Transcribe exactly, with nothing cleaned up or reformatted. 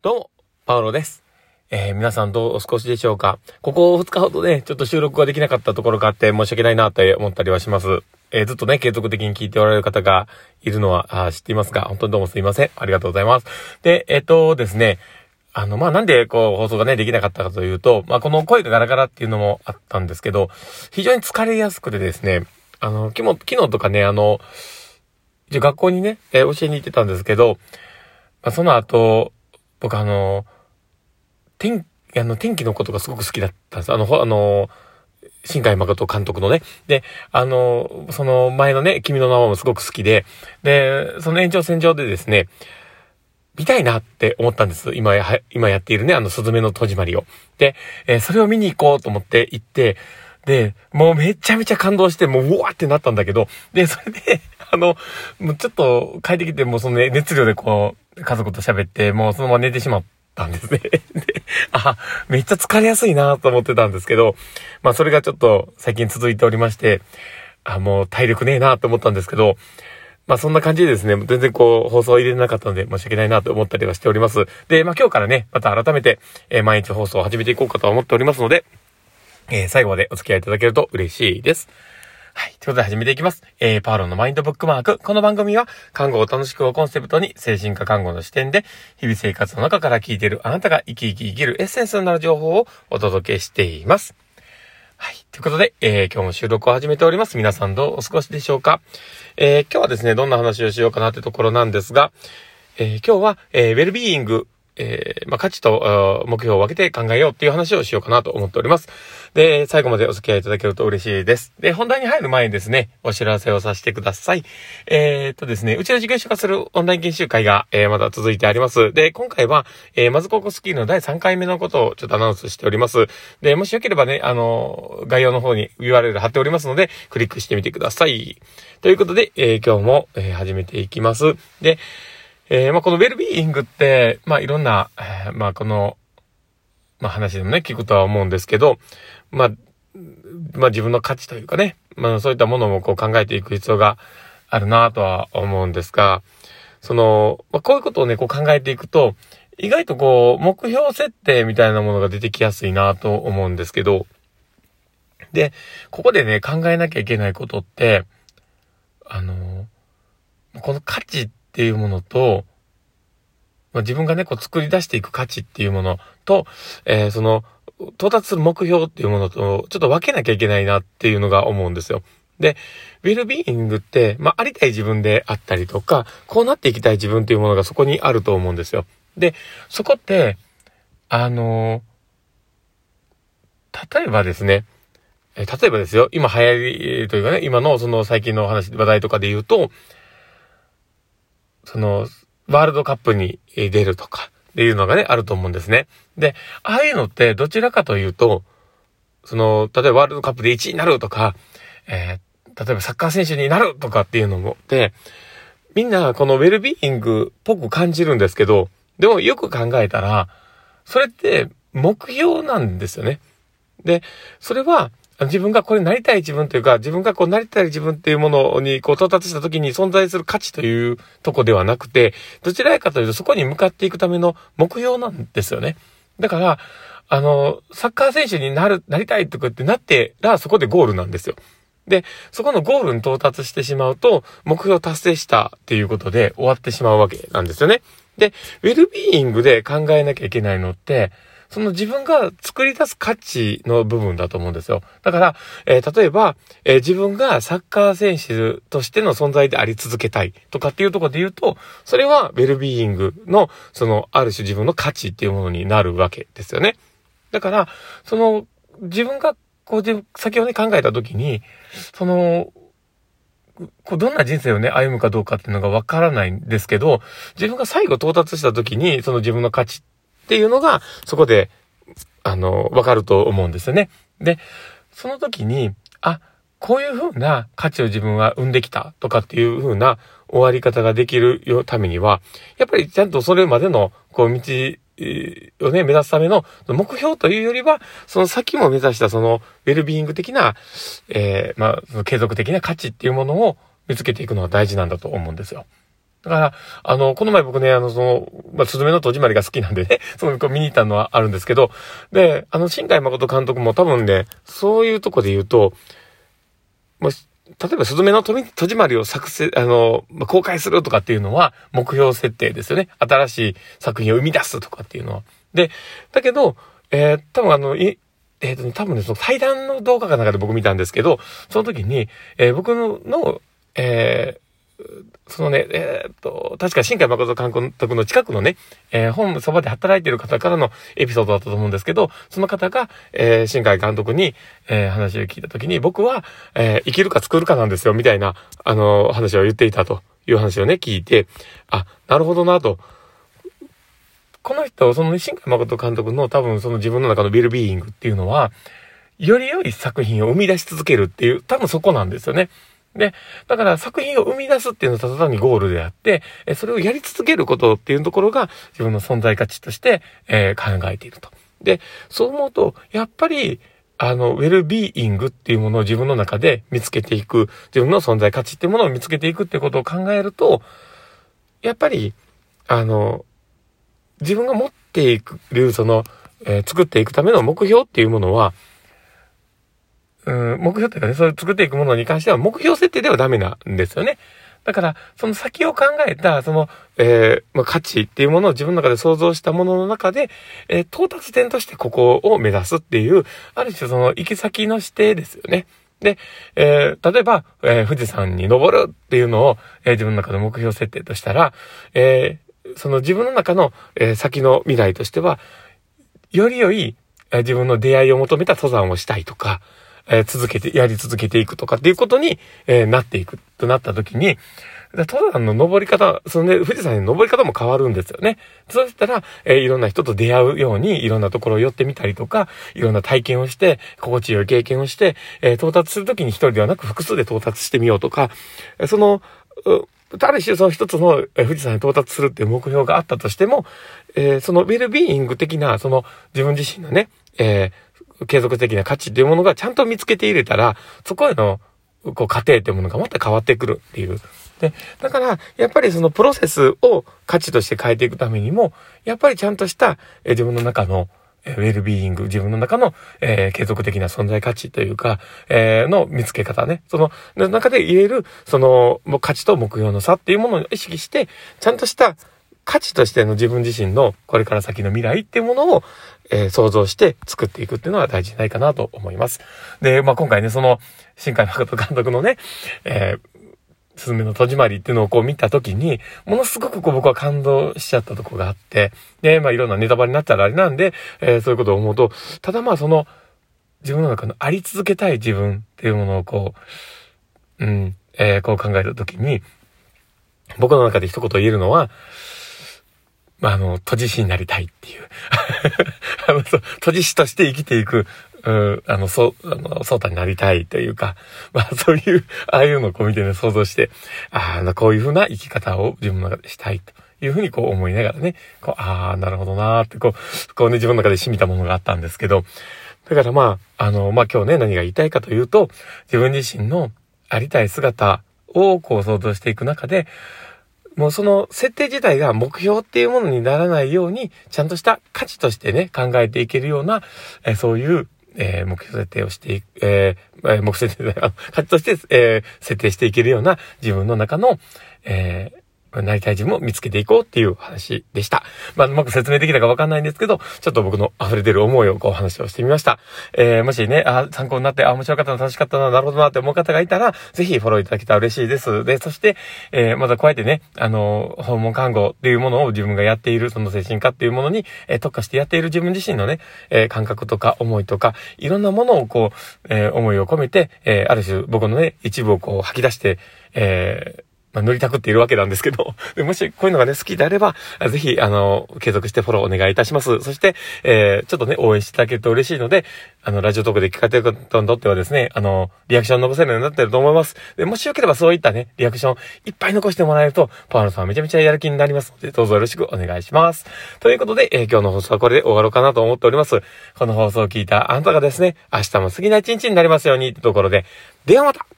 どうも、パウロです。えー、皆さんどうお過ごしでしょうか。ここふつかほどね、ちょっと収録ができなかったところがあって申し訳ないなって思ったりはします。えー、ずっとね、継続的に聞いておられる方がいるのは知っていますが、本当にどうもすいません。ありがとうございます。で、えっとですね、あの、まあ、なんでこう放送がね、できなかったかというと、まあ、この声がガラガラっていうのもあったんですけど、非常に疲れやすくてですね、あの、昨日、昨日とかね、あの、一応学校にね、えー、教えに行ってたんですけど、まあ、その後、僕あの、天、あの、天気のことがすごく好きだったんです。あの、ほ、あの、新海誠監督のね。で、あの、その前のね、君の名はもすごく好きで、で、その延長線上でですね、見たいなって思ったんです。今や、今やっているね、あの、すずめの戸締まりを。で、えー、それを見に行こうと思って行って、で、もうめちゃめちゃ感動して、もう、うわーってなったんだけど、で、それで、あの、もうちょっと帰ってきて、もうその、ね、熱量でこう、家族と喋って、もうそのまま寝てしまったんですね。で、あ、めっちゃ疲れやすいなと思ってたんですけど、まあそれがちょっと最近続いておりまして、あ、もう体力ねえなと思ったんですけど、まあそんな感じでですね、全然こう放送を入れなかったので申し訳ないなと思ったりはしております。で、まあ今日からね、また改めて、えー、毎日放送を始めていこうかと思っておりますので、えー、最後までお付き合いいただけると嬉しいです。はい。ということで始めていきます。えー、パウロのマインドブックマーク。この番組は、看護を楽しくをコンセプトに、精神科看護の視点で、日々生活の中から聞いているあなたが生き生き生きるエッセンスになる情報をお届けしています。はい。ということで、えー、今日も収録を始めております。皆さんどうお過ごしでしょうか。えー、今日はですね、どんな話をしようかなってところなんですが、えー、今日は、えー、ウェルビーイング、えー、まあ、価値と目標を分けて考えようっていう話をしようかなと思っております。で、最後までお付き合いいただけると嬉しいです。で、本題に入る前にですね、お知らせをさせてください。えー、っとですね、うちの事業所化するオンライン研修会が、えー、まだ続いてあります。で、今回は、えー、まず高校スキルのだいさんかいめのことをちょっとアナウンスしております。で、もしよければね、あの、概要の方に ユーアールエル 貼っておりますので、クリックしてみてください。ということで、えー、今日も、えー、始めていきます。で、えー、まあ、このウェルビーイングって、まあ、いろんな、えー、まあ、この、まあ、話でもね、聞くとは思うんですけど、まあ、まあ、自分の価値というかね、まあ、そういったものもこう考えていく必要があるなとは思うんですが、その、まあ、こういうことをね、こう考えていくと、意外とこう、目標設定みたいなものが出てきやすいなと思うんですけど、で、ここでね、考えなきゃいけないことって、あの、この価値っていうものと、まあ、自分がね、こう作り出していく価値っていうものと、えー、その、到達する目標っていうものと、ちょっと分けなきゃいけないなっていうのが思うんですよ。で、ウェルビーイングって、まあ、ありたい自分であったりとか、こうなっていきたい自分っていうものがそこにあると思うんですよ。で、そこって、あのー、例えばですね、えー、例えばですよ、今流行りというかね、今のその最近の話、話題とかで言うと、その、ワールドカップに出るとかっていうのがね、あると思うんですね。で、ああいうのってどちらかというと、その、例えばワールドカップでいちいになるとか、えー、例えばサッカー選手になるとかっていうのも、で、みんなこのウェルビーイングっぽく感じるんですけど、でもよく考えたら、それって目標なんですよね。で、それは、自分がこれなりたい自分というか、自分がこうなりたい自分っていうものにこう到達した時に存在する価値というとこではなくて、どちらかというとそこに向かっていくための目標なんですよね。だから、あの、サッカー選手になる、なりたいとかってなってら、そこでゴールなんですよ。で、そこのゴールに到達してしまうと、目標達成したっていうことで終わってしまうわけなんですよね。で、ウェルビーイングで考えなきゃいけないのって、その自分が作り出す価値の部分だと思うんですよ。だから、えー、例えば、えー、自分がサッカー選手としての存在であり続けたいとかっていうところで言うと、それはウェルビーイングの、その、ある種自分の価値っていうものになるわけですよね。だから、その、自分が、こう、先をね、考えたときに、その、こうどんな人生をね、歩むかどうかっていうのがわからないんですけど、自分が最後到達したときに、その自分の価値っていうのが、そこで、あの、わかると思うんですよね。で、その時に、あ、こういう風な価値を自分は生んできたとかっていう風な終わり方ができるためには、やっぱりちゃんとそれまでの、こう、道をね、目指すための目標というよりは、その先も目指したその、ウェルビーイング的な、えー、まあ、その継続的な価値っていうものを見つけていくのが大事なんだと思うんですよ。 だから、あの、この前僕ね、あの、その、まあ、すずめの戸締まりが好きなんでね、その、こう見に行ったのはあるんですけど、で、あの、新海誠監督も多分ね、そういうとこで言うと、もし、例えば、すずめの戸締まりを作成、あの、公開するとかっていうのは、目標設定ですよね。新しい作品を生み出すとかっていうのは。で、だけど、えー、多分あの、い、えっとね、多分ね、その対談の動画かなんかで僕見たんですけど、その時に、えー、僕の、の、えー、そのね、えー、っと、確か新海誠監督の近くのね、えー、本そばで働いている方からのエピソードだったと思うんですけど、その方が、えー、新海監督に、えー、話を聞いたときに、僕は、えー、生きるか作るかなんですよ、みたいな、あのー、話を言っていたという話をね、聞いて、あ、なるほどなと。この人、その、ね、新海誠監督の多分その自分の中のウェルビーイングっていうのは、より良い作品を生み出し続けるっていう、多分そこなんですよね。で、だから作品を生み出すっていうのはただ単にゴールであって、それをやり続けることっていうところが自分の存在価値として、えー、考えていると。で、そう思うと、やっぱり、あの、ウェルビーイングっていうものを自分の中で見つけていく、自分の存在価値っていうものを見つけていくっていうことを考えると、やっぱり、あの、自分が持っていく、その、えー、作っていくための目標っていうものは、うん、目標というかね、そういう作っていくものに関しては目標設定ではダメなんですよね。だから、その先を考えた、その、えー、まあ、価値っていうものを自分の中で想像したものの中で、えー、到達点としてここを目指すっていう、ある種その行き先の指定ですよね。で、えー、例えば、えー、富士山に登るっていうのを、えー、自分の中で目標設定としたら、えー、その自分の中の、えー、先の未来としては、より良い、えー、自分の出会いを求めた登山をしたいとか、えー、続けて、やり続けていくとかっていうことに、えー、なっていくとなったときに、登山の登り方、そのね、富士山の登り方も変わるんですよね。そうしたら、えー、いろんな人と出会うように、いろんなところを寄ってみたりとか、いろんな体験をして、心地よい経験をして、えー、到達するときに一人ではなく複数で到達してみようとか、その、ある種その一つの富士山に到達するっていう目標があったとしても、えー、そのウェルビーイング的な、その自分自身のね、えー継続的な価値っていうものがちゃんと見つけて入れたら、そこへの、こう、過程っていうものがまた変わってくるっていう。で、だから、やっぱりそのプロセスを価値として変えていくためにも、やっぱりちゃんとした、え自分の中の、えウェルビーイング、自分の中の、えー、継続的な存在価値というか、えー、の見つけ方ね。その、中で言える、その、価値と目標の差っていうものを意識して、ちゃんとした、価値としての自分自身のこれから先の未来っていうものを、えー、想像して作っていくっていうのは大事じゃないかなと思います。で、まあ、今回ね、その、新海誠監督のね、えー、すずめの戸締まりっていうのをこう見たときに、ものすごくこう僕は感動しちゃったところがあって、で、まあ、いろんなネタバレになったらあれなんで、えー、そういうことを思うと、ただまあ、その、自分の中のあり続けたい自分っていうものをこう、うん、えー、こう考えたときに、僕の中で一言言えるのは、まあ、あの、閉じ師になりたいっていう。あの、そう、閉じ師として生きていく、うん、あの、そう、あの、そうたになりたいというか、まあ、そういう、ああいうのをこう見てね、想像して、ああ、こういうふうな生き方を自分の中でしたいというふうにこう思いながらね、こう、ああ、なるほどなーって、こう、こうね、自分の中で染みたものがあったんですけど、だからまあ、あの、まあ今日ね、何が言いたいかというと、自分自身のありたい姿をこう想像していく中で、もうその設定自体が目標っていうものにならないように、ちゃんとした価値としてね、考えていけるような、えー、そういう、えー、目標設定をしていく、えー、目標設定、価値として、えー、設定していけるような自分の中の、えーなりたい自分を見つけていこうっていう話でした。まあ、うまく説明できたかわかんないんですけど、ちょっと僕の溢れ出る思いをこう話をしてみました。えー、もしね、あ、参考になって、あ、面白かったな、楽しかったな、なるほどなって思う方がいたら、ぜひフォローいただけたら嬉しいです。で、そして、えー、またこうやってね、あの、訪問看護っていうものを自分がやっている、その精神科っていうものに、えー、特化してやっている自分自身のね、えー、感覚とか思いとか、いろんなものをこう、えー、思いを込めて、えー、ある種僕のね、一部をこう吐き出して、えー、まあ、塗りたくっているわけなんですけど、もしこういうのがね、好きであれば、ぜひ、あの、継続してフォローお願いいたします。そして、えー、ちょっとね、応援していただけると嬉しいので、あの、ラジオトークで聞かれてる方にとってはですね、あの、リアクション残せるようになってると思います。で、もしよければそういったね、リアクションいっぱい残してもらえると、パワーノさんはめちゃめちゃやる気になりますので、どうぞよろしくお願いします。ということで、えー、今日の放送はこれで終わろうかなと思っております。この放送を聞いたあなたがですね、明日も過ぎない一日になりますようにってところで、ではまた